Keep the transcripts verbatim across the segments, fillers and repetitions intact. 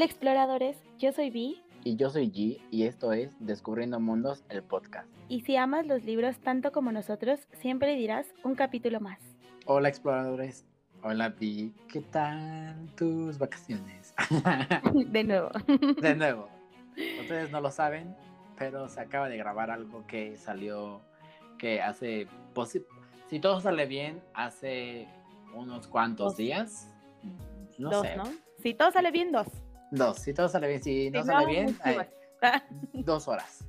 Hola exploradores, yo soy Vi. Y yo soy G, y esto es Descubriendo Mundos, el podcast. Y si amas los libros tanto como nosotros, siempre dirás un capítulo más. Hola exploradores, hola Vi, ¿qué tal tus vacaciones? De nuevo. De nuevo, ustedes no lo saben, pero se acaba de grabar algo que salió, que hace, posi- si todo sale bien, hace unos cuantos Dos. días, no dos, sé. ¿no? Si todo sale bien, dos. Dos, si todo sale bien, si no Si sale no, bien, mucho eh, más. dos horas.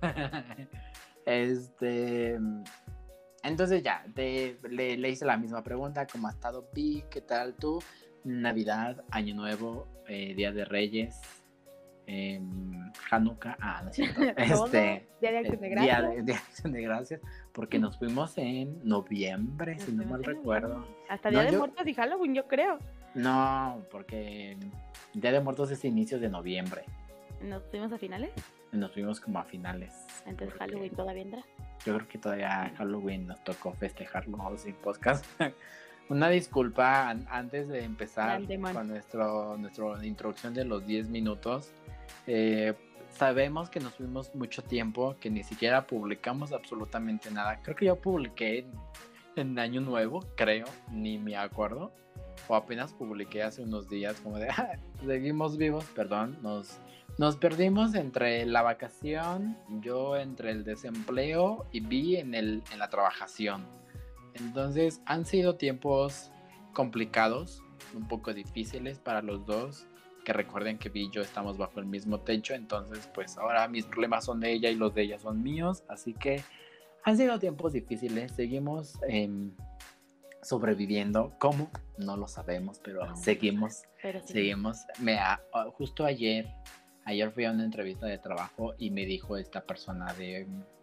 este... Entonces ya, te, le, le hice la misma pregunta, ¿cómo ha estado Pi? ¿Qué tal tú? Navidad, Año Nuevo, eh, Día de Reyes, eh, Hanukkah, ah, no es cierto. este, Día de Acción de eh, Gracias. Día de, de Acción de Gracias, porque nos fuimos en noviembre, Nos si no fuimos mal en recuerdo. noviembre. Hasta No, Día de yo- Muertos y Halloween, yo creo. No, porque Día de Muertos es inicios de noviembre. Nos fuimos a finales. Y nos fuimos como a finales. Entonces porque Halloween todavía entra. Yo creo que todavía Halloween nos tocó festejarlo sin podcast. Una disculpa an- antes de empezar con nuestro, nuestra introducción de los diez minutos. Eh, sabemos que nos fuimos mucho tiempo, que ni siquiera publicamos absolutamente nada. Creo que yo publiqué en, en Año Nuevo, creo, ni me acuerdo. O apenas publiqué hace unos días como de, ah, seguimos vivos, perdón, nos... Nos perdimos entre la vacación, yo entre el desempleo y Vi en, el, en la trabajación. Entonces han sido tiempos complicados, un poco difíciles para los dos. Que recuerden que Vi y yo estamos bajo el mismo techo, entonces pues ahora mis problemas son de ella y los de ella son míos. Así que han sido tiempos difíciles, seguimos eh, sobreviviendo. ¿Cómo? No lo sabemos, pero no, seguimos, pero sí. seguimos. Me, justo ayer... Ayer fui a una entrevista de trabajo y me dijo esta persona de...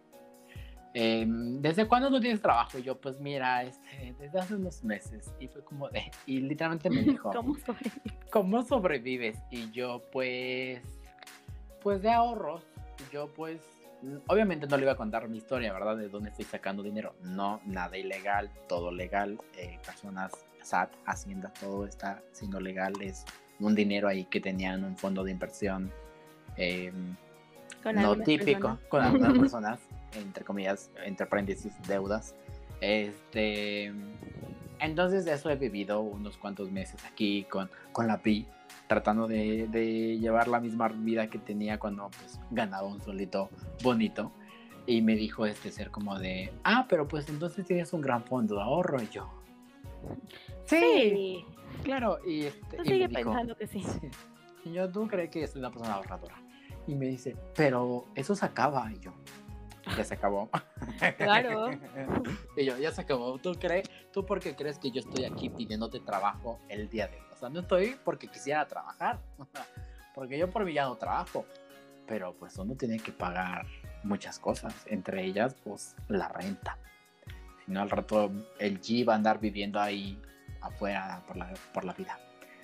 Eh, ¿Desde cuándo no tienes trabajo? Y yo, pues mira, este, desde hace unos meses. Y fue como de... Y literalmente me dijo... ¿Cómo sobrevives? ¿Cómo sobrevives? Y yo, pues... Pues de ahorros. Yo, pues... Obviamente no le iba a contar mi historia, ¿verdad? De dónde estoy sacando dinero. No, nada ilegal, todo legal. Eh, personas, S A T, Hacienda, todo está siendo legal. Es un dinero ahí que tenían un fondo de inversión. Eh, no típico personas. Con algunas personas, entre comillas, entre paréntesis, deudas. Este, entonces de eso he vivido unos cuantos meses aquí con, con la Pi, tratando de, de llevar la misma vida que tenía cuando pues, ganaba un solito bonito. Y me dijo este ser como de, ah, pero pues entonces tienes un gran fondo de ahorro. Y yo, sí, sí. Claro. Y, este, y sigue me dijo, pensando que sí. sí. Y yo, ¿tú crees que soy una persona ahorradora? Y me dice, pero eso se acaba. Y yo, ya se acabó. Claro. Y yo, ya se acabó. ¿Tú crees? ¿Tú por qué crees que yo estoy aquí pidiéndote trabajo el día de hoy? O sea, no estoy porque quisiera trabajar. Porque yo por mí ya no trabajo. Pero pues uno tiene que pagar muchas cosas. Entre ellas, pues, la renta. Si no, al rato el G va a andar viviendo ahí afuera por la, por la vida.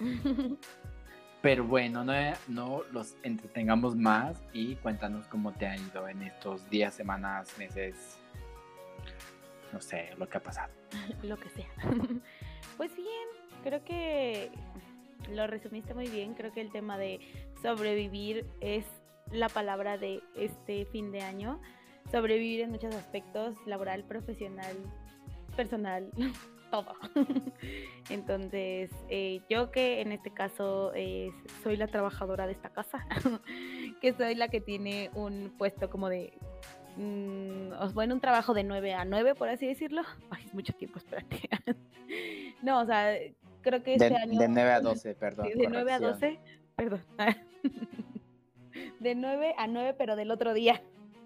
Pero bueno, no, no los entretengamos más y cuéntanos cómo te ha ido en estos días, semanas, meses, no sé, lo que ha pasado. Lo que sea. Pues bien, creo que lo resumiste muy bien. Creo que el tema de sobrevivir es la palabra de este fin de año. Sobrevivir en muchos aspectos, laboral, profesional, personal, todo. Entonces, eh, yo que en este caso eh, soy la trabajadora de esta casa, que soy la que tiene un puesto como de, mm, bueno, un trabajo de nueve a nueve, por así decirlo. Ay, es mucho tiempo, espérate. No, o sea, creo que este de, año... De nueve a doce, perdón. De nueve a doce, perdón. De nueve a nueve, pero del otro día.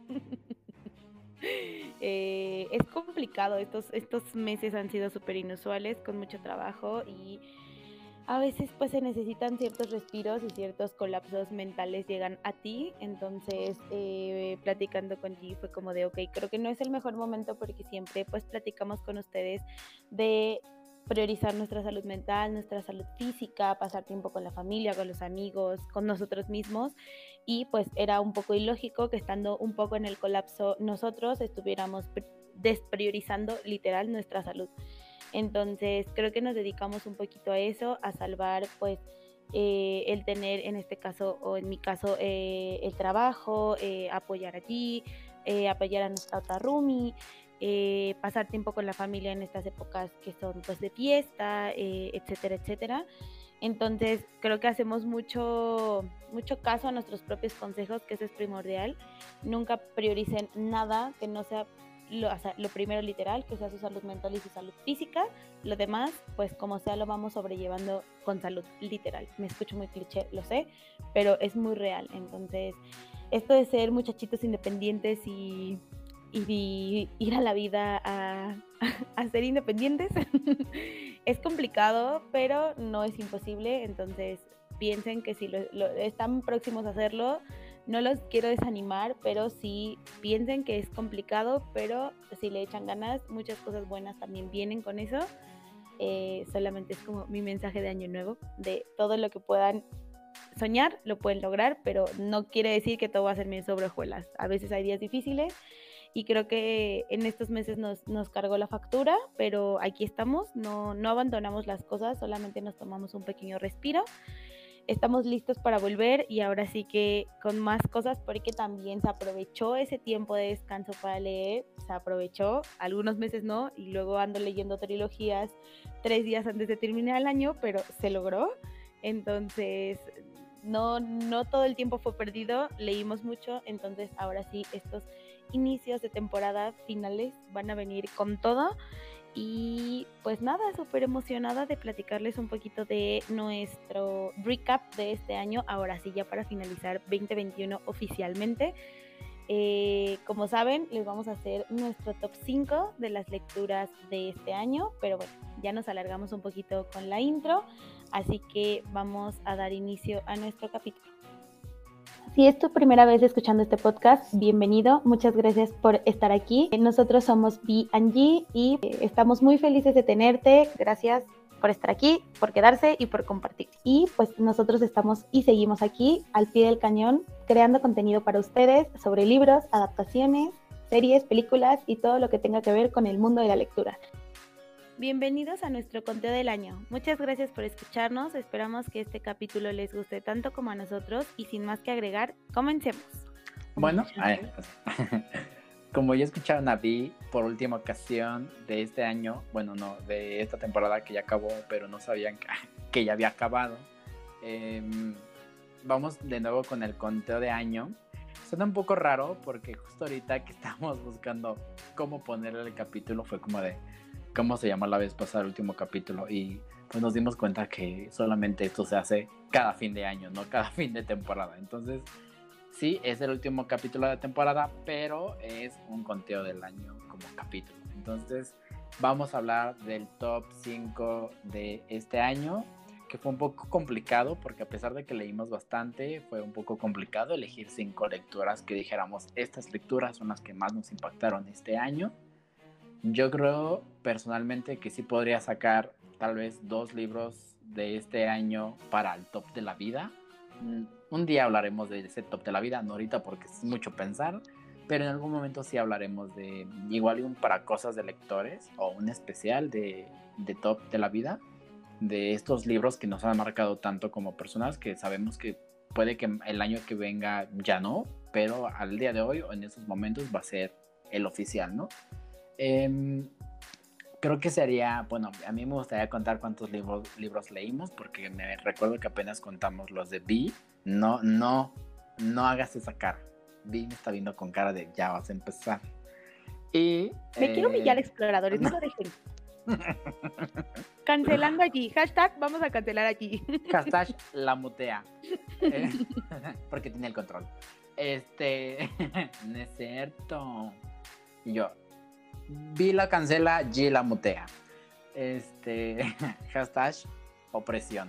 Eh, es complicado, estos, estos meses han sido súper inusuales, con mucho trabajo y a veces pues se necesitan ciertos respiros y ciertos colapsos mentales llegan a ti. Entonces eh, platicando contigo fue como de ok, creo que no es el mejor momento porque siempre pues platicamos con ustedes de priorizar nuestra salud mental, nuestra salud física, pasar tiempo con la familia, con los amigos, con nosotros mismos, y pues era un poco ilógico que estando un poco en el colapso nosotros estuviéramos despriorizando literal nuestra salud. Entonces creo que nos dedicamos un poquito a eso, a salvar pues eh, el tener en este caso o en mi caso eh, el trabajo, eh, apoyar allí, eh, apoyar a nuestra otra roomie, eh, pasar tiempo con la familia en estas épocas que son pues de fiesta, eh, etcétera, etcétera. Entonces creo que hacemos mucho, mucho caso a nuestros propios consejos, que eso es primordial. Nunca prioricen nada que no sea lo, o sea, lo primero literal, que sea su salud mental y su salud física. Lo demás, pues como sea, lo vamos sobrellevando con salud literal. Me escucho muy cliché, lo sé, pero es muy real. Entonces, esto de ser muchachitos independientes y, y ir a la vida a, a ser independientes es complicado, pero no es imposible. Entonces piensen que si lo, lo, están próximos a hacerlo, no los quiero desanimar, pero sí piensen que es complicado, pero si le echan ganas, muchas cosas buenas también vienen con eso. Eh, solamente es como mi mensaje de año nuevo, de todo lo que puedan soñar, lo pueden lograr, pero no quiere decir que todo va a ser miel sobre hojuelas. A veces hay días difíciles y creo que en estos meses nos, nos cargó la factura, pero aquí estamos, no, no abandonamos las cosas, solamente nos tomamos un pequeño respiro. Estamos listos para volver y ahora sí que con más cosas, porque también se aprovechó ese tiempo de descanso para leer, se aprovechó, algunos meses no, y luego ando leyendo trilogías tres días antes de terminar el año, pero se logró. Entonces no, no todo el tiempo fue perdido, leímos mucho, entonces ahora sí estos inicios de temporada finales van a venir con todo. Y pues nada, súper emocionada de platicarles un poquito de nuestro recap de este año, ahora sí ya para finalizar veinte veintiuno oficialmente. Eh, como saben, les vamos a hacer nuestro top cinco de las lecturas de este año, pero bueno, ya nos alargamos un poquito con la intro, así que vamos a dar inicio a nuestro capítulo. Si es tu primera vez escuchando este podcast, bienvenido, muchas gracias por estar aquí. Nosotros somos B and G y estamos muy felices de tenerte. Gracias por estar aquí, por quedarse y por compartir. Y pues nosotros estamos y seguimos aquí al pie del cañón, creando contenido para ustedes sobre libros, adaptaciones, series, películas y todo lo que tenga que ver con el mundo de la lectura. Bienvenidos a nuestro conteo del año. Muchas gracias por escucharnos. Esperamos que este capítulo les guste tanto como a nosotros y sin más que agregar, comencemos. Bueno, ay, como ya escucharon a Vi por última ocasión de este año, bueno, no, de esta temporada que ya acabó, pero no sabían que, que ya había acabado. Eh, vamos de nuevo con el conteo de año. Suena un poco raro porque justo ahorita que estamos buscando cómo ponerle el capítulo fue como de cómo se llamó la vez pasada el último capítulo y pues nos dimos cuenta que solamente esto se hace cada fin de año, no cada fin de temporada. Entonces sí, es el último capítulo de la temporada, pero es un conteo del año como capítulo. Entonces vamos a hablar del top cinco de este año, que fue un poco complicado porque a pesar de que leímos bastante, fue un poco complicado elegir cinco lecturas que dijéramos estas lecturas son las que más nos impactaron este año. Yo creo personalmente que sí podría sacar tal vez dos libros de este año para el top de la vida. Un día hablaremos de ese top de la vida, no ahorita porque es mucho pensar, pero en algún momento sí hablaremos de igual un para cosas de lectores o un especial de, de top de la vida, de estos libros que nos han marcado tanto como personas, que sabemos que puede que el año que venga ya no, pero al día de hoy o en esos momentos va a ser el oficial, ¿no? Eh, creo que sería, bueno, a mí me gustaría contar cuántos libros, libros leímos, porque me recuerdo que apenas contamos los de Vi. No, no, no hagas esa cara. Vi me está viendo con cara de ya vas a empezar. Y, me eh... quiero humillar, exploradores, no lo dejen. Cancelando allí, hashtag vamos a cancelar allí. Hashtag la mutea. Eh, porque tiene el control. Este, no es cierto. Y yo, Vi la cancela, G la mutea. Este, hashtag opresión.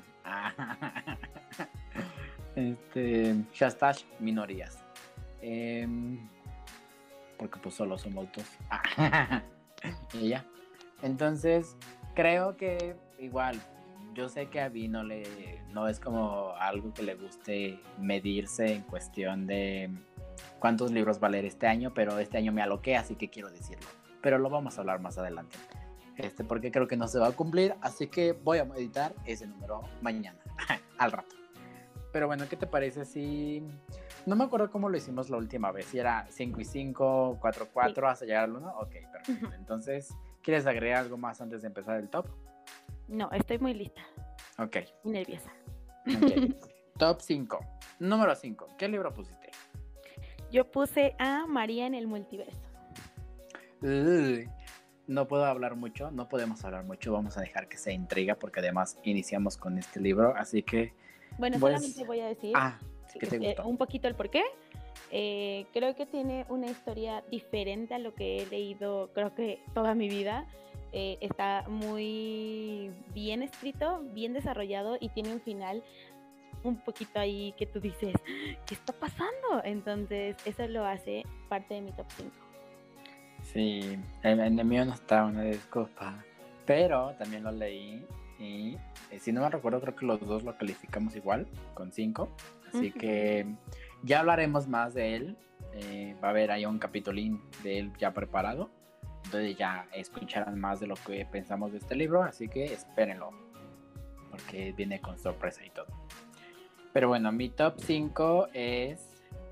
Este, hashtag minorías. Eh, porque pues solo somos dos. Y ya. Entonces, creo que igual, yo sé que a Vi no le, no es como algo que le guste medirse en cuestión de cuántos libros va a leer este año, pero este año me aloqué, así que quiero decirlo. Pero lo vamos a hablar más adelante, este, porque creo que no se va a cumplir, así que voy a editar ese número mañana. al rato. Pero bueno, ¿qué te parece si... No me acuerdo cómo lo hicimos la última vez, si era cinco y cinco, cuatro y cuatro, sí, hasta llegar al uno. Ok, perfecto. Entonces, ¿quieres agregar algo más antes de empezar el top? No, estoy muy lista. Ok. Muy nerviosa. Okay. Top cinco. Número cinco. ¿Qué libro pusiste? Yo puse a María en el multiverso. Uy, no puedo hablar mucho, no podemos hablar mucho, vamos a dejar que se intriga porque además iniciamos con este libro, así que... Bueno, pues, solamente voy a decir ah, ¿qué te gustó? Eh, un poquito el porqué. Eh, creo que tiene una historia diferente a lo que he leído, creo que toda mi vida. Eh, está muy bien escrito, bien desarrollado y tiene un final un poquito ahí que tú dices, ¿qué está pasando? Entonces eso lo hace parte de mi top cinco. Sí, en el mío no está, una disculpa, pero también lo leí y eh, si no me recuerdo creo que los dos lo calificamos igual, con cinco, así uh-huh. que ya hablaremos más de él, eh, va a haber ahí un capitulín de él ya preparado, entonces ya escucharán más de lo que pensamos de este libro, así que espérenlo, porque viene con sorpresa y todo. Pero bueno, mi top cinco es...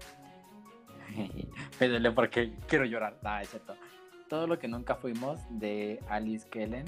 Me duele porque quiero llorar. Ah, es cierto. Todo lo que nunca fuimos, de Alice Kellen.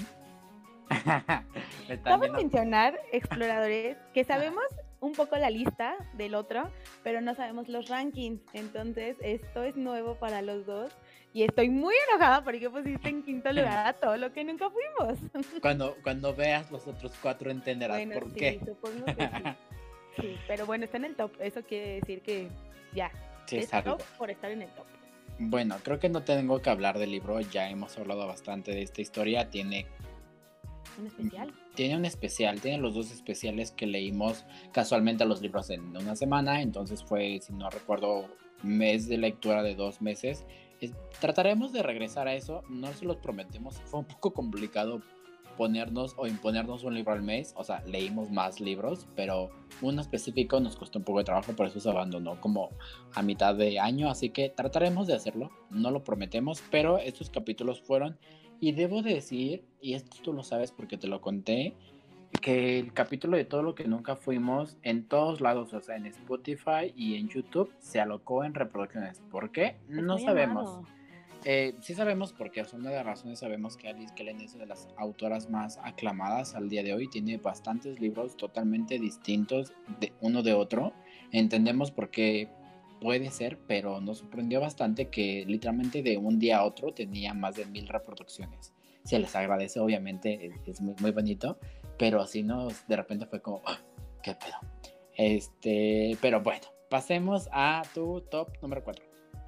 Vamos a mencionar, exploradores, que sabemos un poco la lista del otro, pero no sabemos los rankings. Entonces, esto es nuevo para los dos. Y estoy muy enojada porque pusiste en quinto lugar a todo lo que nunca fuimos. Cuando, cuando veas los otros cuatro entenderás bueno, por sí, qué. Supongo que sí. Sí, pero bueno, está en el top. Eso quiere decir que ya. Sí, es top por estar en el top. Bueno, creo que no tengo que hablar del libro. Ya hemos hablado bastante de esta historia. Tiene... ¿Un especial? Tiene un especial. Tiene los dos especiales que leímos casualmente a los libros en una semana. Entonces fue, si no recuerdo, mes de lectura de dos meses. Es, trataremos de regresar a eso. No se los prometemos. Fue un poco complicado ponernos o imponernos un libro al mes, o sea, leímos más libros, pero uno específico nos costó un poco de trabajo, por eso se abandonó como a mitad de año, así que trataremos de hacerlo, no lo prometemos, pero estos capítulos fueron, y debo decir, y esto tú lo sabes porque te lo conté, que el capítulo de todo lo que nunca fuimos, en todos lados, o sea, en Spotify y en YouTube, se alocó en reproducciones. ¿Por qué? Es no sabemos. Amado. Eh, sí sabemos porque es una de las razones, sabemos que Alice Kellen es una de las autoras más aclamadas al día de hoy, tiene bastantes libros totalmente distintos de uno de otro, entendemos por qué puede ser, pero nos sorprendió bastante que literalmente de un día a otro tenía más de mil reproducciones. Se les agradece, obviamente, es muy, muy bonito, pero así nos, de repente fue como, oh, qué pedo. Este, pero bueno, pasemos a tu top número cuatro.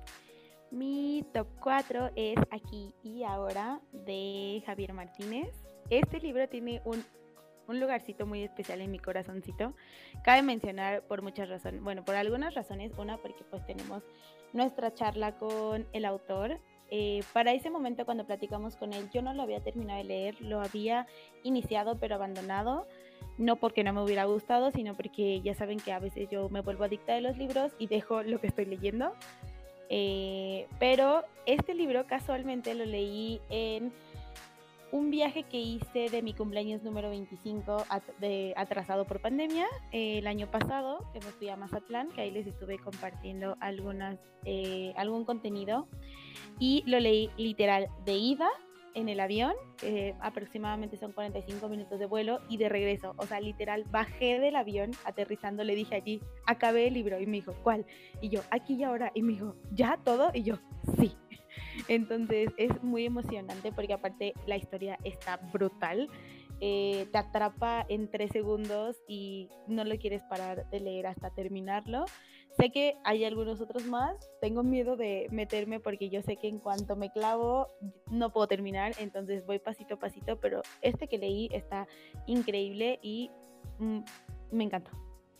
Mi top cuatro es Aquí y Ahora, de Javier Martínez. Este libro tiene un, un lugarcito muy especial en mi corazoncito. Cabe mencionar por muchas razones, bueno, por algunas razones. Una, porque pues tenemos nuestra charla con el autor. Eh, para ese momento, cuando platicamos con él, yo no lo había terminado de leer, lo había iniciado pero abandonado. No porque no me hubiera gustado, sino porque ya saben que a veces yo me vuelvo adicta de los libros y dejo lo que estoy leyendo. Eh, pero este libro casualmente lo leí en un viaje que hice de mi cumpleaños número veinticinco at- de, atrasado por pandemia eh, el año pasado, que me fui a Mazatlán, que ahí les estuve compartiendo algunas, eh, algún contenido, y lo leí literal de ida en el avión, eh, aproximadamente son cuarenta y cinco minutos de vuelo, y de regreso, o sea, literal, bajé del avión, aterrizando, le dije allí, acabé el libro, y me dijo, ¿cuál? Y yo, Aquí y Ahora, y me dijo, ¿ya todo? Y yo, sí. Entonces es muy emocionante porque aparte la historia está brutal, eh, te atrapa en tres segundos y no lo quieres parar de leer hasta terminarlo. Sé que hay algunos otros más, tengo miedo de meterme porque yo sé que en cuanto me clavo no puedo terminar, entonces voy pasito a pasito, pero este que leí está increíble y mm, me encantó.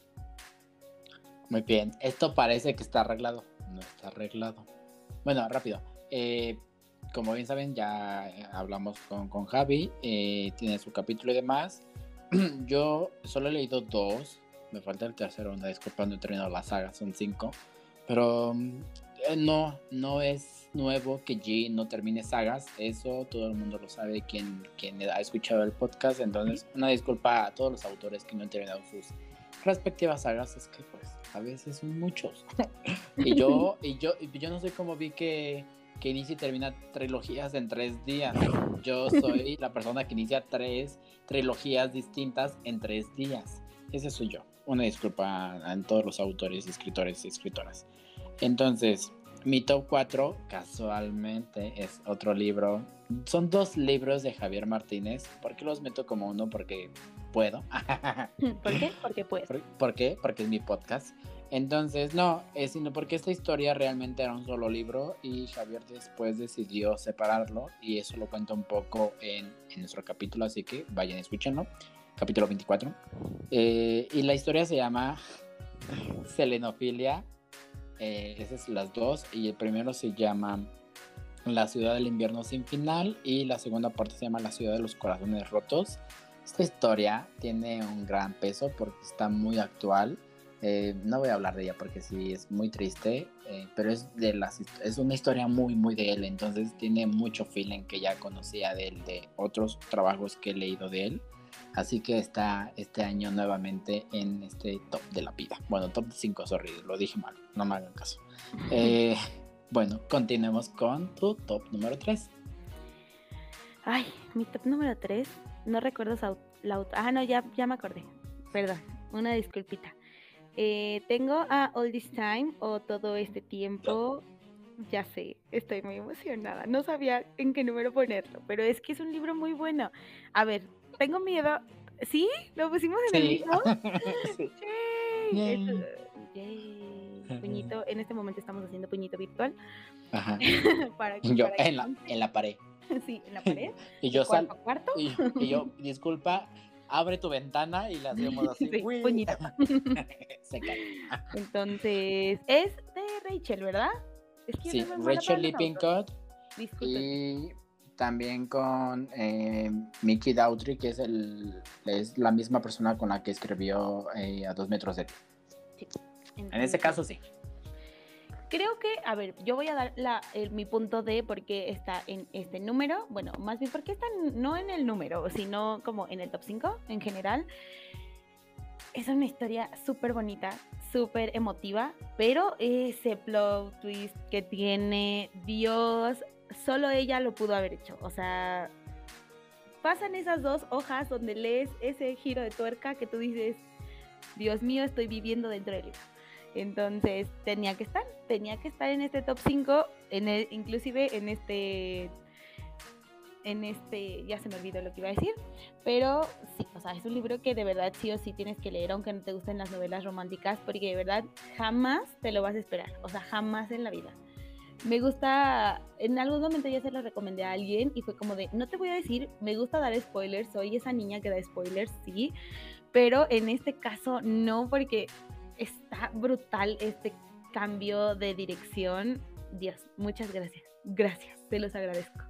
Muy bien, esto parece que está arreglado, no está arreglado. Bueno, rápido, eh, como bien saben ya hablamos con, con Javi, eh, tiene su capítulo y demás. Yo solo he leído dos, me falta el tercero, una disculpa, no he terminado la saga, son cinco, pero eh, no, no es nuevo que G no termine sagas, eso todo el mundo lo sabe, quien, quien ha escuchado el podcast, entonces una disculpa a todos los autores que no han terminado sus respectivas sagas, es que pues a veces son muchos. y yo y yo y yo no sé cómo vi que, que inicia y termina trilogías en tres días. Yo soy la persona que inicia tres trilogías distintas en tres días. Ese soy yo. Una disculpa a todos los autores, escritores y escritoras. Entonces, mi top cuatro, casualmente, es otro libro. Son dos libros de Javier Martínez. ¿Por qué los meto como uno? Porque puedo. ¿Por qué? Porque puedo. ¿Por, ¿Por qué? Porque es mi podcast. Entonces, no, es sino porque esta historia realmente era un solo libro y Javier después decidió separarlo y eso lo cuenta un poco en, en nuestro capítulo, así que vayan escuchando. Capítulo veinticuatro. Eh, y la historia se llama Selenofilia. Eh, esas son las dos. Y el primero se llama La ciudad del invierno sin final. Y la segunda parte se llama La ciudad de los corazones rotos. Esta historia tiene un gran peso porque está muy actual. Eh, no voy a hablar de ella porque sí es muy triste. Eh, pero es, de las, es una historia muy, muy de él. Entonces tiene mucho feeling que ya conocía de él, de otros trabajos que he leído de él. Así que está este año nuevamente en este top de la vida. Bueno, top cinco, sorry, lo dije mal, no me hagan caso. Eh, bueno, continuemos con tu top número tres. Ay, mi top número tres, no recuerdo la autora. Ah, no, ya, ya me acordé. Perdón, una disculpita. Eh, tengo a All This Time o Todo Este Tiempo. Ya sé, estoy muy emocionada. No sabía en qué número ponerlo, pero es que es un libro muy bueno. A ver, tengo miedo. ¿Sí? ¿Lo pusimos en sí. el mismo? Sí. Yay. Yay. Yay. Puñito, en este momento estamos haciendo puñito virtual. Ajá. para, yo para en, la, en la pared. Sí, en la pared. Y yo cuarto, sal. cuarto. Y, y yo, disculpa, abre tu ventana y la hacemos así. Sí, puñito. Se cae. Entonces, es de Rachel, ¿verdad? Es que sí, Rachel Lippincott. Y también con eh, Mickey Daughtry, que es, el, es la misma persona con la que escribió eh, A dos metros de ti. Sí. Entonces, en ese caso, sí. Creo que, a ver, yo voy a dar la, el, mi punto de por qué está en este número. Bueno, más bien porque está no en el número, sino como en el top cinco en general. Es una historia súper bonita, súper emotiva, pero ese plot twist que tiene, Dios, solo ella lo pudo haber hecho. O sea, pasan esas dos hojas donde lees ese giro de tuerca que tú dices, Dios mío, estoy viviendo dentro del libro. Entonces tenía que estar, tenía que estar en este top cinco, en el, inclusive en este... en este, ya se me olvidó lo que iba a decir, pero sí, o sea, es un libro que de verdad sí o sí tienes que leer, aunque no te gusten las novelas románticas, porque de verdad jamás te lo vas a esperar, o sea, jamás en la vida. Me gusta, en algún momento ya se lo recomendé a alguien y fue como de, no te voy a decir, me gusta dar spoilers, soy esa niña que da spoilers, sí, pero en este caso no, porque está brutal este cambio de dirección. Dios, muchas gracias, gracias, te los agradezco.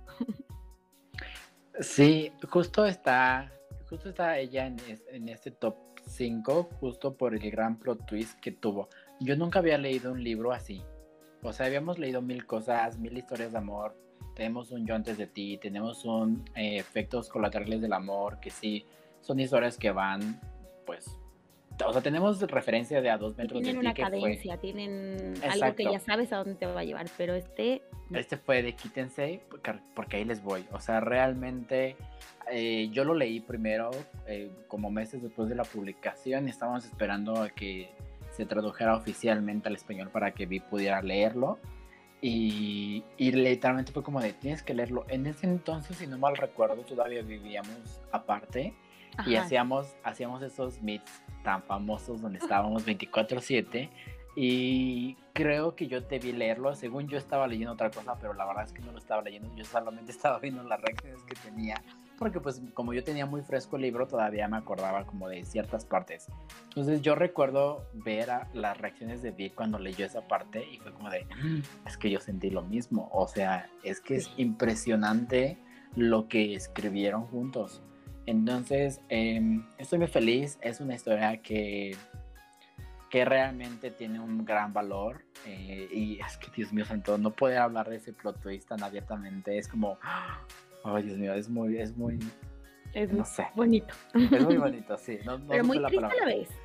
Sí, justo está, justo está ella en, en este top cinco, justo por el gran plot twist que tuvo. Yo nunca había leído un libro así. O sea, habíamos leído mil cosas, mil historias de amor. Tenemos un Yo antes de ti, tenemos un eh, Efectos colaterales del amor, que sí, son historias que van, pues... O sea, tenemos referencia de A dos metros de ti. Tienen una cadencia, fue... tienen Exacto. algo que ya sabes a dónde te va a llevar, pero este... Este fue de Quítense, porque ahí les voy. O sea, realmente eh, yo lo leí primero, eh, como meses después de la publicación, y estábamos esperando a que se tradujera oficialmente al español para que Vi pudiera leerlo. Y, y literalmente fue como de, tienes que leerlo. En ese entonces, si no mal recuerdo, todavía vivíamos aparte. Ajá. Y hacíamos, hacíamos esos meets tan famosos donde estábamos veinticuatro siete y creo que yo te vi leerlo, según yo estaba leyendo otra cosa, pero la verdad es que no lo estaba leyendo, yo solamente estaba viendo las reacciones que tenía, porque pues como yo tenía muy fresco el libro, todavía me acordaba como de ciertas partes. Entonces yo recuerdo ver a las reacciones de Vic cuando leyó esa parte y fue como de, es que yo sentí lo mismo, o sea, es que es impresionante lo que escribieron juntos. Entonces, eh, estoy muy feliz. Es una historia que, que realmente tiene un gran valor. Eh, y es que, Dios mío santo, no poder hablar de ese plot twist tan abiertamente es como... Ay, Dios mío, es muy... Es muy es no sé. bonito. Es muy bonito, sí. No, no Pero muy triste a la vez.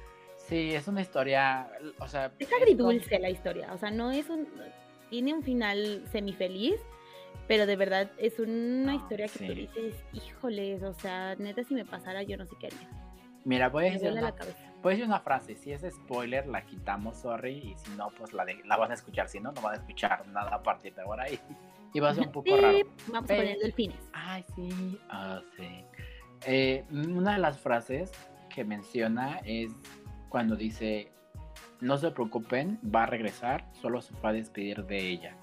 Sí, es una historia, o sea... Es agridulce como... la historia, o sea, no es un... Tiene un final semifeliz, pero de verdad es una no, historia que sí. Tú dices, híjoles, o sea, neta si me pasara yo no sé qué haría. Mira, voy a decir una, voy a decir una frase, si es spoiler la quitamos, sorry, y si no, pues la, de, la van a escuchar, si no, no van a escuchar nada a partir de ahora y, y va a ser un poco sí, raro. Vamos pero... a poner delfines. Ay, sí, ah, sí. Eh, una de las frases que menciona es cuando dice, no se preocupen, va a regresar, solo se va a despedir de ella.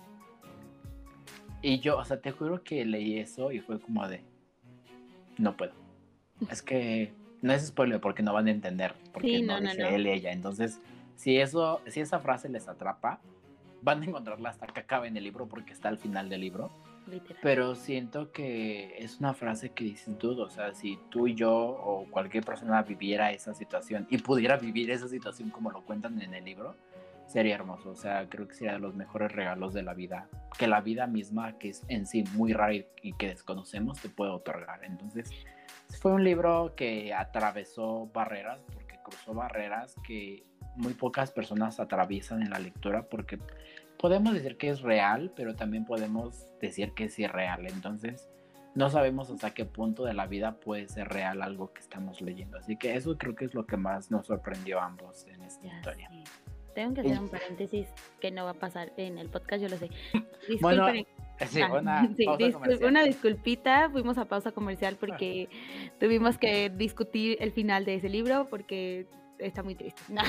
Y yo, o sea, te juro que leí eso y fue como de, no puedo. Es que no es spoiler porque no van a entender, porque sí, no, no dice no, no. él y ella. Entonces, si eso, si esa frase les atrapa, van a encontrarla hasta que acabe en el libro porque está al final del libro. Literal. Pero siento que es una frase que dices tú, o sea, si tú y yo o cualquier persona viviera esa situación y pudiera vivir esa situación como lo cuentan en el libro, sería hermoso. O sea, creo que sería de los mejores regalos de la vida, que la vida misma, que es en sí muy rara y que desconocemos, te puede otorgar. Entonces, fue un libro que atravesó barreras, porque cruzó barreras que muy pocas personas atraviesan en la lectura, porque podemos decir que es real, pero también podemos decir que es irreal. Entonces, no sabemos hasta qué punto de la vida puede ser real algo que estamos leyendo. Así que eso creo que es lo que más nos sorprendió a ambos en esta ya historia. Sí. Tengo que hacer un paréntesis que no va a pasar en el podcast, yo lo sé. Disculpen. Bueno, sí, una, sí, pausa discul- comercial. una disculpita, fuimos a pausa comercial porque ah. tuvimos que discutir el final de ese libro porque está muy triste. No.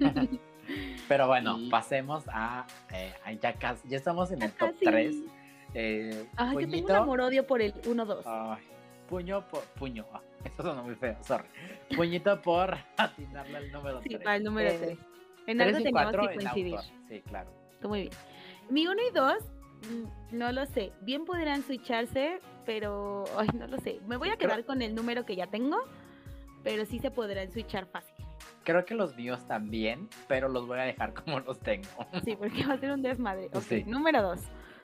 Pero bueno, y... pasemos a, eh, a ya casi, ya estamos en el top tres. Eh, Ay, puñito, yo tengo un amor-odio por el uno dos. Ay, puño por puño. Ah, eso sonó muy feo, sorry. Puñito por atinarle al número tres. Sí, para el número tres. Eh, en algo teníamos que coincidir. Sí, claro. Muy bien. Mi uno y dos, no lo sé. Bien podrán switcharse, pero ay, no lo sé. Me voy a quedar Creo... con el número que ya tengo, pero sí se podrán switchar fácil. Creo que los míos también, pero los voy a dejar como los tengo. Sí, porque va a ser un desmadre. Ok, sí. Número dos.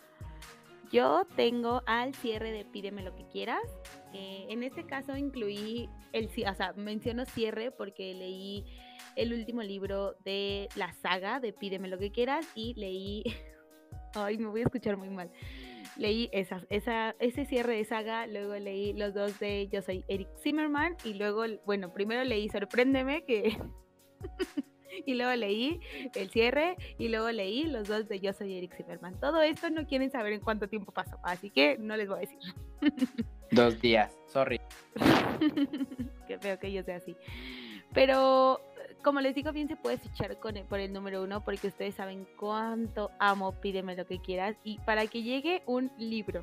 Yo tengo al cierre de Pídeme lo que quieras. Eh, en este caso incluí el, o sea, menciono cierre porque leí el último libro de la saga de Pídeme lo que quieras y leí, ay, me voy a escuchar muy mal. Leí esa, esa, ese cierre de saga, luego leí los dos de Yo soy Eric Zimmerman y luego, bueno, primero leí Sorpréndeme, que y luego leí el cierre y luego leí los dos de Yo soy Eric Zimmerman. Todo esto no quieren saber en cuánto tiempo pasó, así que no les voy a decir. Dos días, sorry. Qué feo que yo sea así. Pero como les digo, bien se puede fichar con el, por el número uno porque ustedes saben cuánto amo Pídeme lo que quieras y para que llegue un libro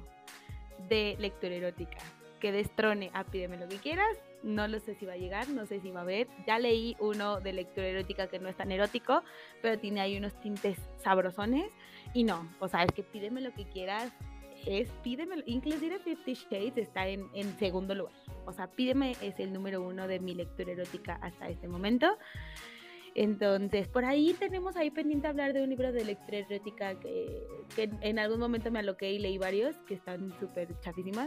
de lectura erótica que destrone a Pídeme lo que quieras, no lo sé si va a llegar, no sé si va a haber. Ya leí uno de lectura erótica que no es tan erótico, pero tiene ahí unos tintes sabrosones y no, o sea, es que Pídeme lo que quieras es Pídeme, inclusive Fifty Shades está en, en segundo lugar. O sea, Pídeme es el número uno de mi lectura erótica hasta este momento. Entonces, por ahí tenemos ahí pendiente hablar de un libro de lectura erótica que, que en algún momento me aloqué y leí varios que están súper chafísimas.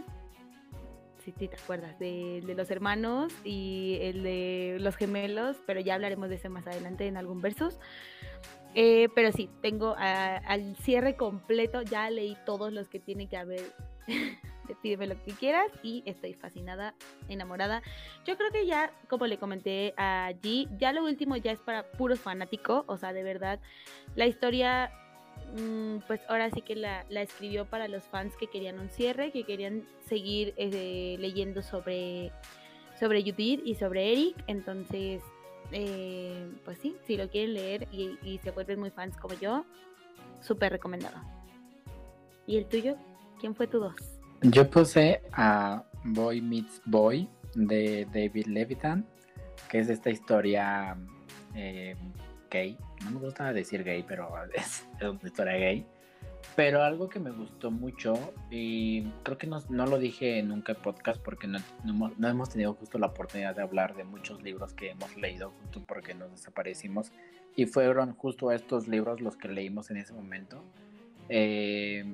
Sí, sí, te acuerdas, de, de los hermanos y el de los gemelos, pero ya hablaremos de ese más adelante en algún versus. Eh, pero sí, tengo a, al cierre completo, ya leí todos los que tiene que haber de Pídeme lo que quieras y estoy fascinada, enamorada. Yo creo que ya, como le comenté a G, ya lo último ya es para puros fanáticos, o sea, de verdad, la historia, mmm, pues ahora sí que la, la escribió para los fans que querían un cierre, que querían seguir eh, leyendo sobre, sobre Judith y sobre Eric, entonces... Eh, pues sí, si lo quieren leer y, y se vuelven muy fans como yo, súper recomendado. ¿Y el tuyo? ¿Quién fue tu dos? Yo puse a Boy Meets Boy de David Levitan, que es esta historia eh, gay. No me gusta decir gay, pero es, es una historia gay. Pero algo que me gustó mucho, y creo que no, no lo dije nunca en podcast porque no, no, no hemos tenido justo la oportunidad de hablar de muchos libros que hemos leído justo porque nos desaparecimos y fueron justo estos libros los que leímos en ese momento. Eh,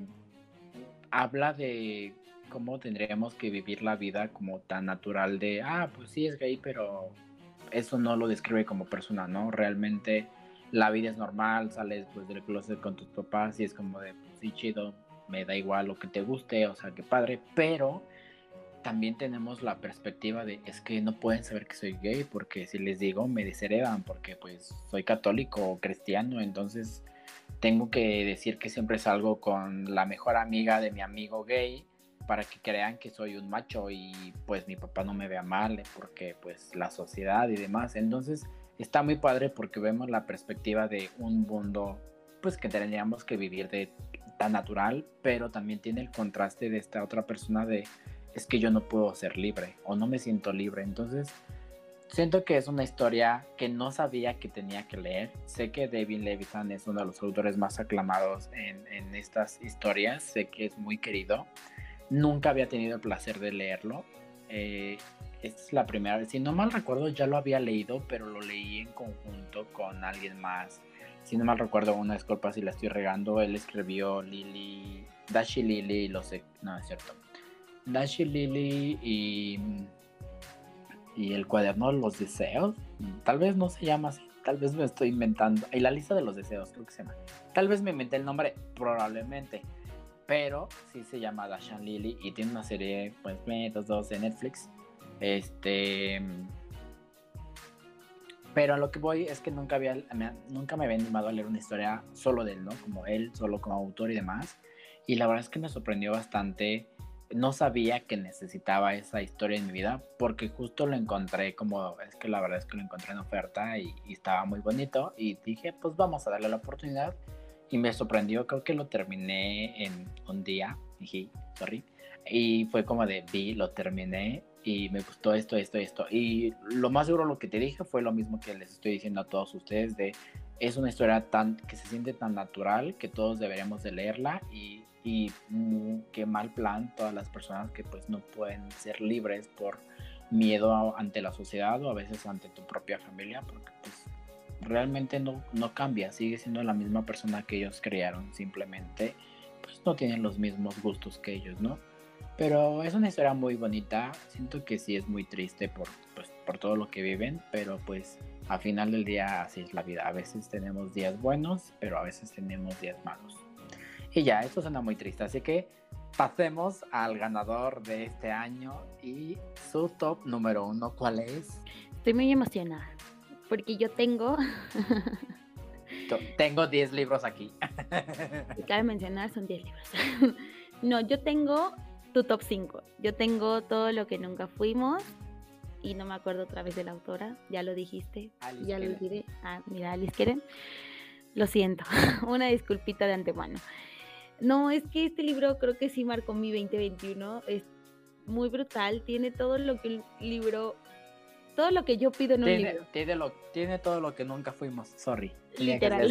habla de cómo tendríamos que vivir la vida como tan natural de, ah, pues sí es gay, pero eso no lo describe como persona, ¿no? Realmente la vida es normal, sales pues del closet con tus papás y es como de, pues, sí, chido, me da igual lo que te guste, o sea, qué padre, pero también tenemos la perspectiva de, es que no pueden saber que soy gay, porque si les digo me desheredan, porque pues soy católico o cristiano, entonces tengo que decir que siempre salgo con la mejor amiga de mi amigo gay, para que crean que soy un macho y pues mi papá no me vea mal, porque pues la sociedad y demás. Entonces está muy padre porque vemos la perspectiva de un mundo pues que tendríamos que vivir de tan natural, pero también tiene el contraste de esta otra persona de, es que yo no puedo ser libre o no me siento libre. Entonces siento que es una historia que no sabía que tenía que leer. Sé que David Levitan es uno de los autores más aclamados en, en estas historias, sé que es muy querido. Nunca había tenido el placer de leerlo. Eh, esta es la primera vez. Si no mal recuerdo, ya lo había leído, pero lo leí en conjunto con alguien más. Si no mal recuerdo, una disculpa si la estoy regando. Él escribió Lily, Dashi Lily y los... No, es cierto. Dashi Lily y... y el cuaderno de los deseos. Tal vez no se llama así. Tal vez me estoy inventando. Y la lista de los deseos, creo que se llama. Tal vez me inventé el nombre, probablemente. Pero sí se llama Dashan Lily y tiene una serie, pues, dos, dos de Netflix. Este. Pero a lo que voy es que nunca había, me, nunca me había animado a leer una historia solo de él, ¿no? Como él, solo como autor y demás. Y la verdad es que me sorprendió bastante. No sabía que necesitaba esa historia en mi vida, porque justo lo encontré como, es que la verdad es que lo encontré en oferta y, y estaba muy bonito. Y dije, pues vamos a darle la oportunidad. Y me sorprendió, creo que lo terminé en un día, dije, sorry, y fue como de, vi, lo terminé, y me gustó esto, esto, esto, y lo más seguro lo que te dije fue lo mismo que les estoy diciendo a todos ustedes, de, es una historia tan, que se siente tan natural, que todos deberíamos de leerla, y, y mm, qué mal plan todas las personas que pues no pueden ser libres por miedo a, ante la sociedad, o a veces ante tu propia familia, porque pues realmente no, no cambia, sigue siendo la misma persona que ellos crearon, simplemente pues no tienen los mismos gustos que ellos, ¿no? Pero es una historia muy bonita, siento que sí es muy triste por, pues, por todo lo que viven, pero pues al final del día así es la vida, a veces tenemos días buenos, pero a veces tenemos días malos. Y ya, esto suena muy triste, así que pasemos al ganador de este año y su top número uno, ¿cuál es? Estoy muy emocionada. Porque yo tengo... tengo diez libros aquí. Y cabe mencionar, son diez libros. No, yo tengo tu top cinco. Yo tengo Todo lo que nunca fuimos. Y no me acuerdo otra vez de la autora. Ya lo dijiste. Alice ya Keren. Lo diré. Ah, mira, Alice Keren. Lo siento. Una disculpita de antemano. No, es que este libro creo que sí marcó mi veinte veintiuno. Es muy brutal. Tiene todo lo que el libro... Todo lo que yo pido en tiene, un libro. Tiene, lo, tiene todo lo que nunca fuimos. Sorry. Literal.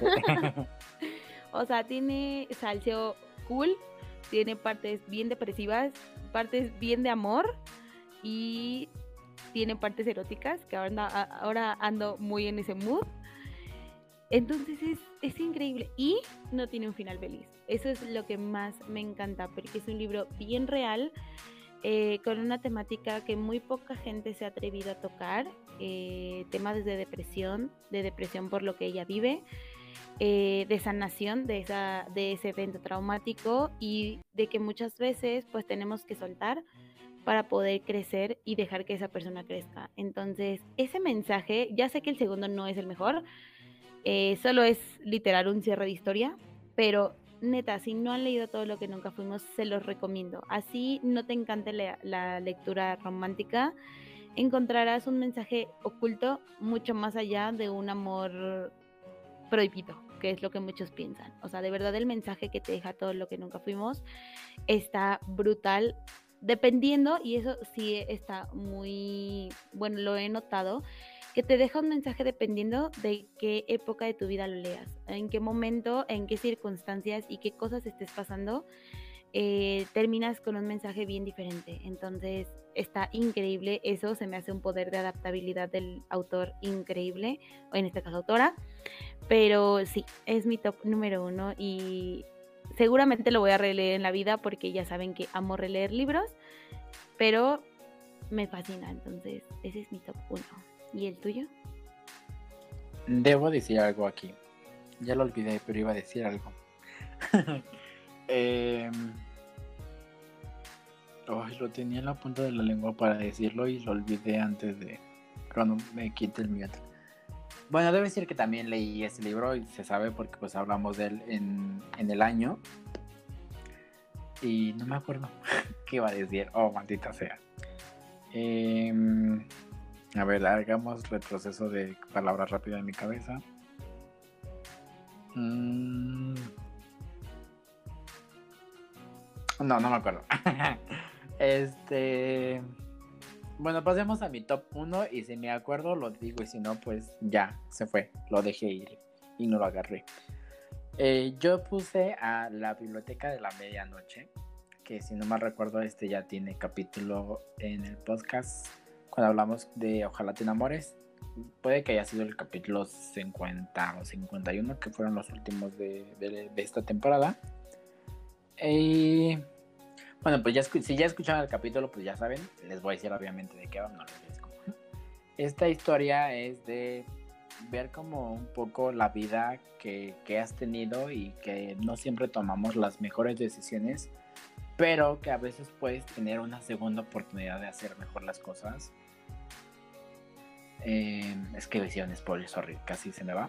O sea, tiene salseo cool, tiene partes bien depresivas, partes bien de amor y tiene partes eróticas, que ahora, ahora ando muy en ese mood. Entonces es, es increíble y no tiene un final feliz. Eso es lo que más me encanta, porque es un libro bien real. Eh, con una temática que muy poca gente se ha atrevido a tocar, eh, temas de depresión, de depresión por lo que ella vive, eh, de sanación de, esa, de ese evento traumático y de que muchas veces pues tenemos que soltar para poder crecer y dejar que esa persona crezca. Entonces ese mensaje, ya sé que el segundo no es el mejor, eh, solo es literal un cierre de historia, pero neta, si no han leído Todo lo que nunca fuimos, se los recomiendo. Así no te encante la, la lectura romántica, encontrarás un mensaje oculto mucho más allá de un amor prohibido, que es lo que muchos piensan. O sea, de verdad el mensaje que te deja Todo lo que nunca fuimos está brutal, dependiendo, y eso sí está muy, bueno, lo he notado, que te deja un mensaje dependiendo de qué época de tu vida lo leas, en qué momento, en qué circunstancias y qué cosas estés pasando, eh, terminas con un mensaje bien diferente. Entonces está increíble, eso se me hace un poder de adaptabilidad del autor increíble, o en este caso autora, pero sí, es mi top número uno y seguramente lo voy a releer en la vida porque ya saben que amo releer libros, pero me fascina, entonces ese es mi top uno. ¿Y el tuyo? Debo decir algo aquí. Ya lo olvidé, pero iba a decir algo. eh... oh, lo tenía en la punta de la lengua para decirlo y lo olvidé antes de cuando me quite el miedo. Bueno, debo decir que también leí ese libro y se sabe porque pues hablamos de él en, en el año. Y no me acuerdo qué iba a decir. Oh, maldita sea. Eh... A ver, hagamos retroceso de palabras rápidas en mi cabeza. Mm... No, no me acuerdo. este... Bueno, pasemos a mi top uno y si me acuerdo lo digo y si no, pues ya, se fue. Lo dejé ir y no lo agarré. Eh, yo puse a La Biblioteca de la Medianoche, que si no mal recuerdo este ya tiene capítulo en el podcast. Cuando hablamos de Ojalá te enamores, puede que haya sido el capítulo cincuenta o cincuenta y uno, que fueron los últimos de, de, de esta temporada. Y bueno, pues ya si ya escucharon el capítulo, pues ya saben, les voy a decir obviamente de qué va, no les digo. Esta historia es de ver como un poco la vida que, que has tenido y que no siempre tomamos las mejores decisiones, pero que a veces puedes tener una segunda oportunidad de hacer mejor las cosas. Eh, es que hicieron spoiler, sorry, casi se me va.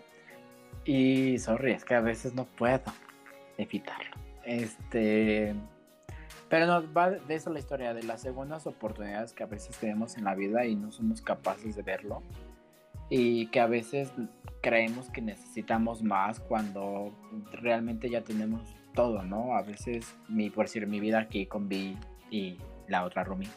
Y sorry, es que a veces no puedo evitarlo. Este, pero no, va de eso la historia, de las segundas oportunidades que a veces tenemos en la vida y no somos capaces de verlo. Y que a veces creemos que necesitamos más cuando realmente ya tenemos todo, ¿no? A veces, mi, por decir, mi vida aquí con Vi y la otra Rumi,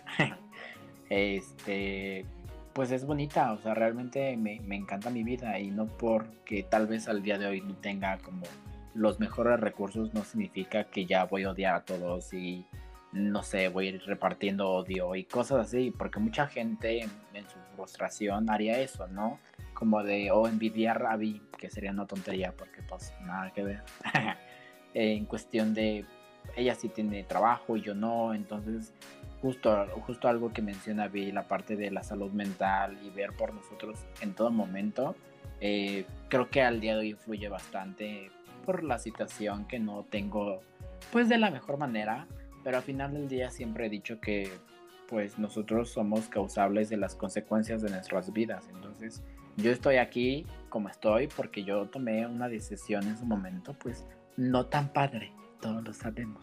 este... pues es bonita, o sea, realmente me, me encanta mi vida y no porque tal vez al día de hoy no tenga como los mejores recursos no significa que ya voy a odiar a todos y no sé, voy a ir repartiendo odio y cosas así, porque mucha gente en, en su frustración haría eso, ¿no? Como de, o oh, envidiar a Vi, que sería una tontería porque pues nada que ver. En cuestión de, ella sí tiene trabajo y yo no, entonces... Justo, justo algo que menciona Vi, la parte de la salud mental y ver por nosotros en todo momento, eh, creo que al día de hoy influye bastante por la situación que no tengo pues de la mejor manera, pero al final del día siempre he dicho que pues nosotros somos causables de las consecuencias de nuestras vidas, entonces yo estoy aquí como estoy porque yo tomé una decisión en su momento pues no tan padre, todos lo sabemos.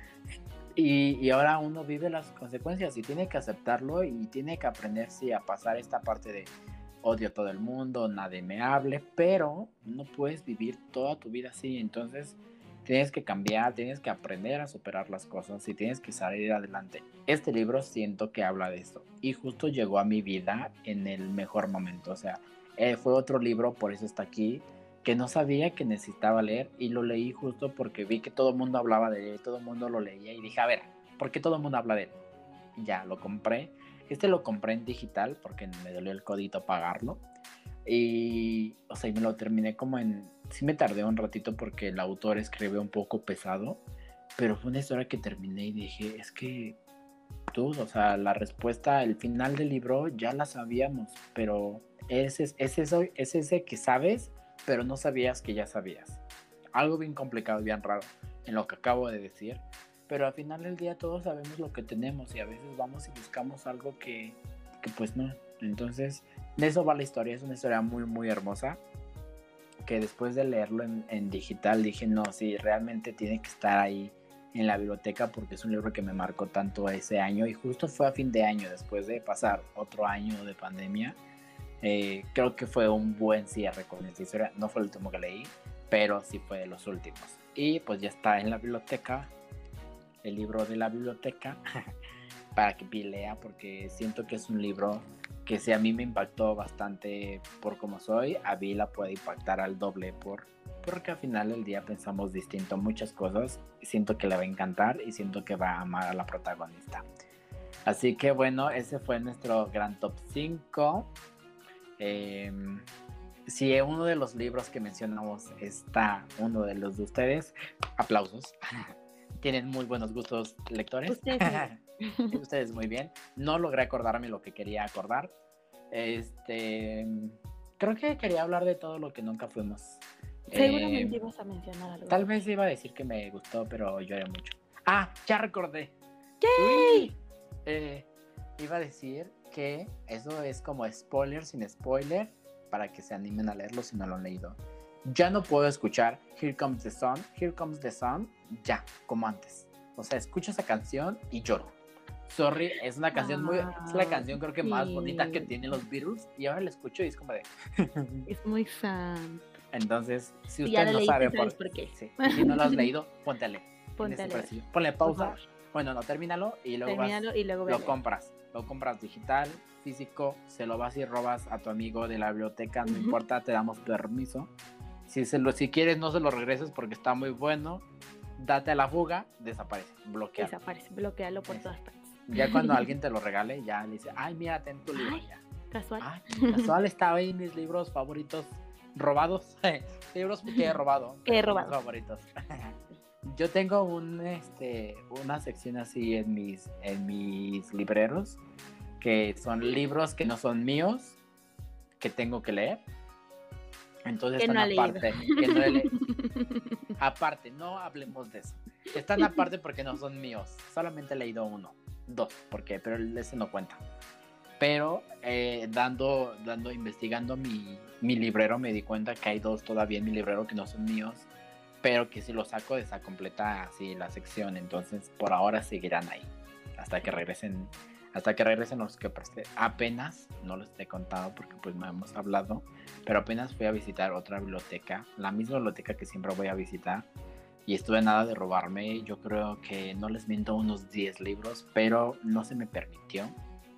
Y, y ahora uno vive las consecuencias y tiene que aceptarlo y tiene que aprender sí, a pasar esta parte de odio a todo el mundo, nadie me hable, pero no puedes vivir toda tu vida así, entonces tienes que cambiar, tienes que aprender a superar las cosas y tienes que salir adelante. Este libro siento que habla de esto y justo llegó a mi vida en el mejor momento, o sea, eh, fue otro libro, por eso está aquí, que no sabía que necesitaba leer y lo leí justo porque vi que todo el mundo hablaba de él, todo el mundo lo leía y dije, a ver, ¿por qué todo el mundo habla de él? Y ya, lo compré. Este lo compré en digital porque me dolió el codito pagarlo. Y, o sea, y me lo terminé como en... Sí me tardé un ratito porque el autor escribe un poco pesado, pero fue una historia que terminé y dije, es que tú, o sea, la respuesta, el final del libro ya la sabíamos, pero es, es, es, eso, es ese que sabes, pero no sabías que ya sabías. Algo bien complicado, bien raro en lo que acabo de decir, pero al final del día todos sabemos lo que tenemos y a veces vamos y buscamos algo que, que pues no. Entonces, de eso va la historia, es una historia muy muy hermosa que después de leerlo en, en digital dije, no, sí, realmente tiene que estar ahí en la biblioteca porque es un libro que me marcó tanto ese año y justo fue a fin de año, después de pasar otro año de pandemia. Eh, creo que fue un buen cierre con esta historia. No fue el último que leí, pero sí fue de los últimos. Y pues ya está en la biblioteca, el libro de la biblioteca, para que lea, porque siento que es un libro que si a mí me impactó bastante por cómo soy, a Vi la puede impactar al doble por, porque al final del día pensamos distinto muchas cosas. Siento que le va a encantar y siento que va a amar a la protagonista. Así que bueno, ese fue nuestro gran top cinco. Eh, si uno de los libros que mencionamos está uno de los de ustedes, aplausos. Tienen muy buenos gustos lectores. Ustedes, ustedes muy bien. No logré acordarme lo que quería acordar. Este, creo que quería hablar de todo lo que nunca fuimos. Seguramente eh, ibas a mencionar algo. Tal vez iba a decir que me gustó, pero lloré mucho. Ah, ya recordé. ¡Yay! Eh, iba a decir que eso es como spoiler sin spoiler para que se animen a leerlo si no lo han leído. Ya no puedo escuchar Here Comes the Sun, Here Comes the Sun, ya, como antes. O sea, escucho esa canción y lloro. Sorry, es una canción muy... Es la canción creo que sí. más bonita que tienen los Beatles. Y ahora la escucho y es como de... Es muy sad. Entonces, si usted no sabe por, por qué, sí, si no lo has leído, póntale. Póntale. Ponle pausa. Bueno, no, termínalo y luego, termínalo vas, y luego lo compras. Lo compras digital, físico, se lo vas y robas a tu amigo de la biblioteca, no uh-huh. importa, te damos permiso. Si, se lo, si quieres, no se lo regreses porque está muy bueno. Date a la fuga, desaparece, bloquea. Desaparece, bloquealo por sí. todas partes. Ya cuando alguien te lo regale, ya le dice, ay, mira, ten tu libro. Ay, ya. Casual. Ay, casual, estaba ahí mis libros favoritos robados. Libros que he robado. Que he robado. Favoritos. Yo tengo un, este, una sección así en mis, en mis libreros, que son libros que no son míos, que tengo que leer. Entonces que están no aparte. Que no he leído. Aparte, no hablemos de eso. Están aparte porque no son míos. Solamente he leído uno, dos, porque, pero ese no cuenta. Pero eh, dando, dando, investigando mi, mi librero, me di cuenta que hay dos todavía en mi librero que no son míos, pero que si los saco, esa completa así la sección. Entonces, por ahora seguirán ahí hasta que regresen, hasta que regresen los que presté. Apenas, no les he contado porque pues no hemos hablado, pero apenas fui a visitar otra biblioteca, la misma biblioteca que siempre voy a visitar, y estuve nada de robarme. Yo creo que no les miento, unos diez libros, pero no se me permitió.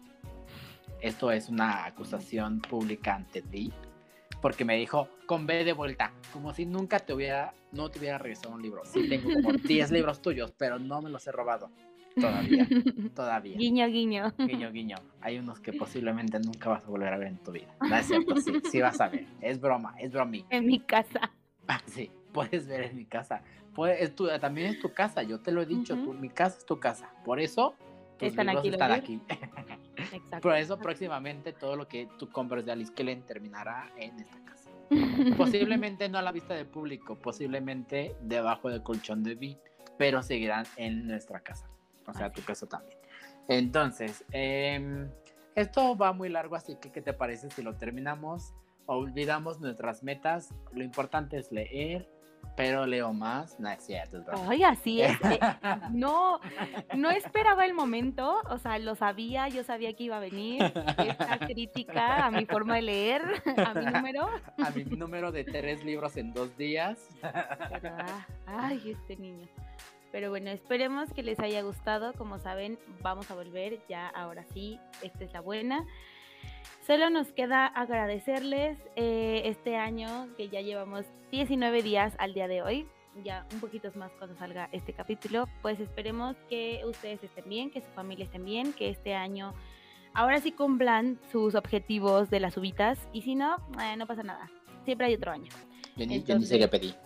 Esto es una acusación pública ante ti, porque me dijo, con B de vuelta, como si nunca te hubiera, no te hubiera regresado un libro. Sí, tengo como diez libros tuyos, pero no me los he robado. Todavía, todavía. Guiño, guiño. Guiño, guiño. Hay unos que posiblemente nunca vas a volver a ver en tu vida. No es cierto, sí, sí vas a ver. Es broma, es bromi. En mi casa. Ah, sí, puedes ver en mi casa. Puede, es tu, también es tu casa, yo te lo he dicho, uh-huh. tu, mi casa es tu casa. Por eso, tus están libros aquí, están aquí. Exacto. Por eso, próximamente, todo lo que tú compres de Alice Kellen terminará en esta casa. Posiblemente no a la vista del público, posiblemente debajo del colchón de Vi, pero seguirán en nuestra casa. O sea, tu casa también. Entonces, eh, esto va muy largo, así que ¿qué te parece si lo terminamos? Olvidamos nuestras metas. Lo importante es leer, pero leo más. No es cierto, es verdad. Ay, así es. Eh, no, no esperaba el momento. O sea, lo sabía, yo sabía que iba a venir esta crítica a mi forma de leer, a mi número. A mi número de tres libros en dos días. Pero, ah, ay, este niño. Pero bueno, esperemos que les haya gustado. Como saben, vamos a volver ya, ahora sí, esta es la buena. Solo nos queda agradecerles eh, este año, que ya llevamos diecinueve días al día de hoy, ya un poquito más cuando salga este capítulo. Pues esperemos que ustedes estén bien, que su familia estén bien, que este año ahora sí cumplan sus objetivos de las uvitas, y si no, eh, no pasa nada, siempre hay otro año. Yo ni, Entonces... yo ni sé qué pedí.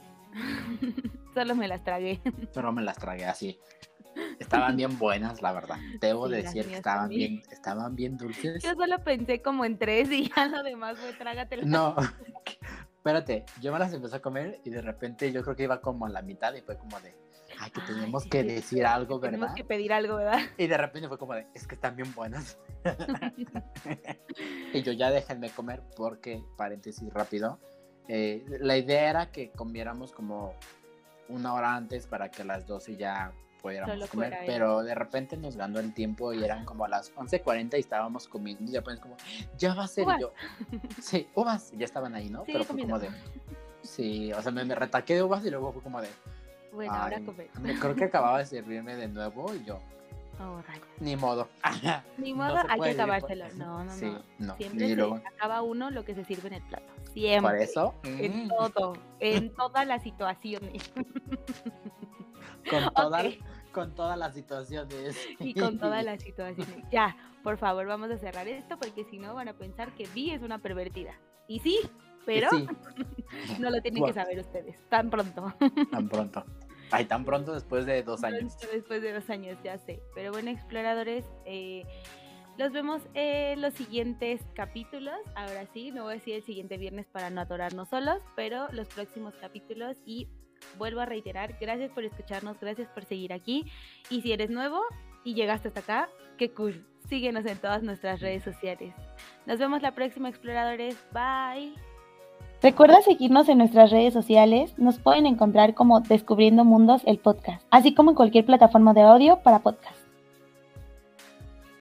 Solo me las tragué. Solo me las tragué así. Estaban bien buenas, la verdad. Debo sí, decir que estaban también. bien, estaban bien dulces. Yo solo pensé como en tres y ya lo demás fue trágatelas. No, espérate, yo me las empecé a comer y de repente yo creo que iba como a la mitad y fue como de, ay, que tenemos ay, que sí, decir sí, algo, ¿verdad? Tenemos que pedir algo, ¿verdad? Y de repente fue como de, es que están bien buenas. Y yo, ya déjenme comer porque, paréntesis rápido, eh, la idea era que comiéramos como una hora antes para que a las doce ya pudiéramos Solo comer, pero de repente nos ganó el tiempo y eran como a las once cuarenta y estábamos comiendo y ya pues como, ya va a ser. Yo, sí, uvas, ya estaban ahí, ¿no? Sí, pero fue comiendo. como de, sí, o sea, me, me retaqué de uvas y luego fue como de, bueno, ahora comer. Creo que acababa de servirme de nuevo y yo, oh, rayos. Ni modo. Ni modo, no hay que acabárselo. No, no, sí, no. no. Siempre y se luego... acaba uno lo que se sirve en el plato. Siempre. Por eso. En mm. todo. En todas las situaciones. Con todas, okay. con todas las situaciones. Y con todas las situaciones. Ya, por favor, vamos a cerrar esto porque si no van a pensar que Vi es una pervertida. Y sí, pero sí. No lo tienen bueno. que saber ustedes. Tan pronto. Tan pronto. Ay, tan pronto después de dos años. Después de dos años, ya sé. Pero bueno, exploradores, eh, Los vemos en los siguientes capítulos. Ahora sí, no voy a decir el siguiente viernes para no atorarnos solos, pero los próximos capítulos. Y vuelvo a reiterar, gracias por escucharnos, gracias por seguir aquí. Y si eres nuevo y llegaste hasta acá, qué cool. Síguenos en todas nuestras redes sociales. Nos vemos la próxima, exploradores. Bye. Recuerda seguirnos en nuestras redes sociales. Nos pueden encontrar como Descubriendo Mundos, el podcast, así como en cualquier plataforma de audio para podcast.